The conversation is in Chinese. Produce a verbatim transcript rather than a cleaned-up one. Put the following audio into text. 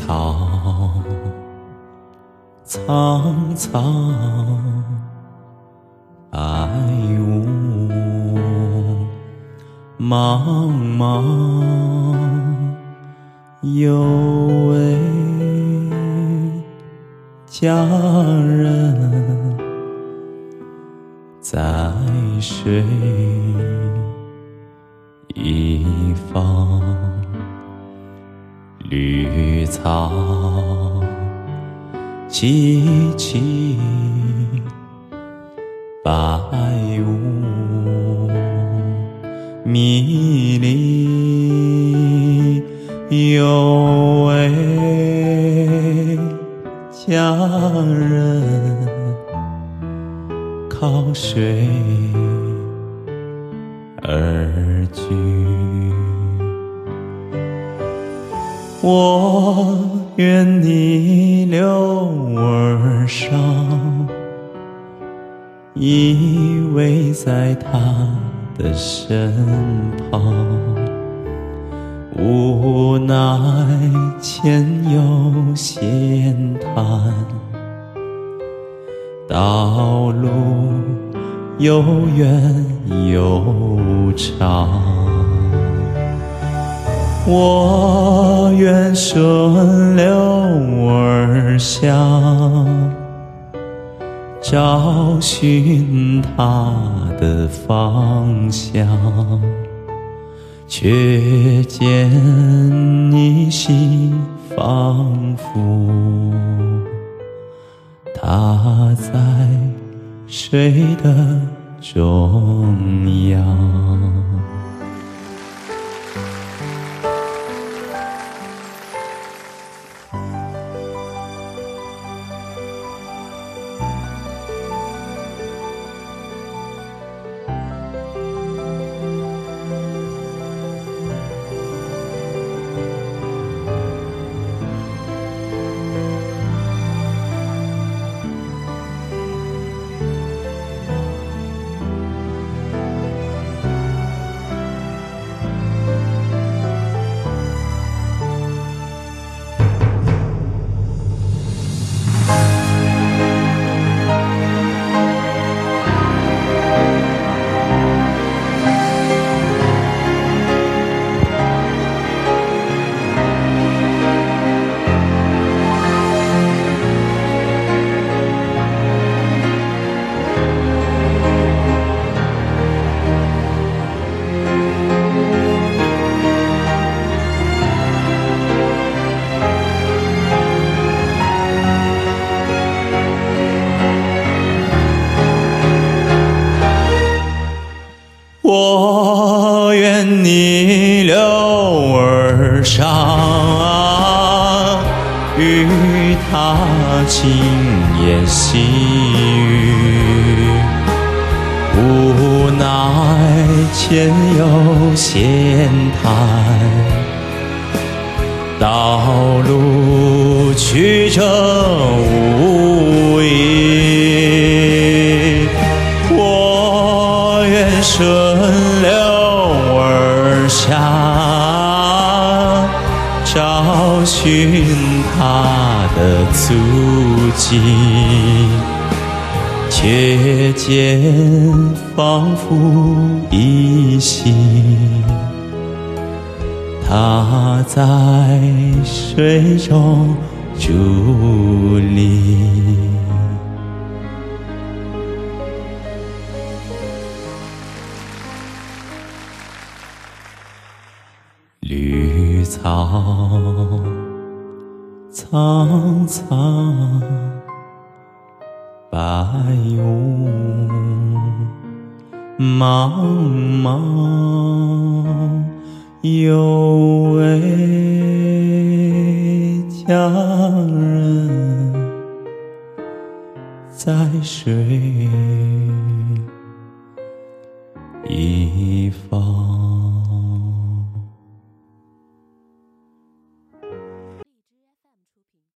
草苍苍，白雾茫茫，有位佳人在水一方，绿草萋萋，白雾迷离，有位佳人靠水而居。我愿你留儿上，依偎在他的身旁，无奈前有险滩，道路又远又长。我愿顺流而下，找寻他的方向，却见你心仿佛他在水的中央。我愿你留儿上，与他轻言细语，无奈前有险滩，道路曲折无依，我愿顺流而下，找寻他的足迹，却见仿佛依稀他在水中伫立。绿草苍苍，白雾茫茫，有位佳人在水一方。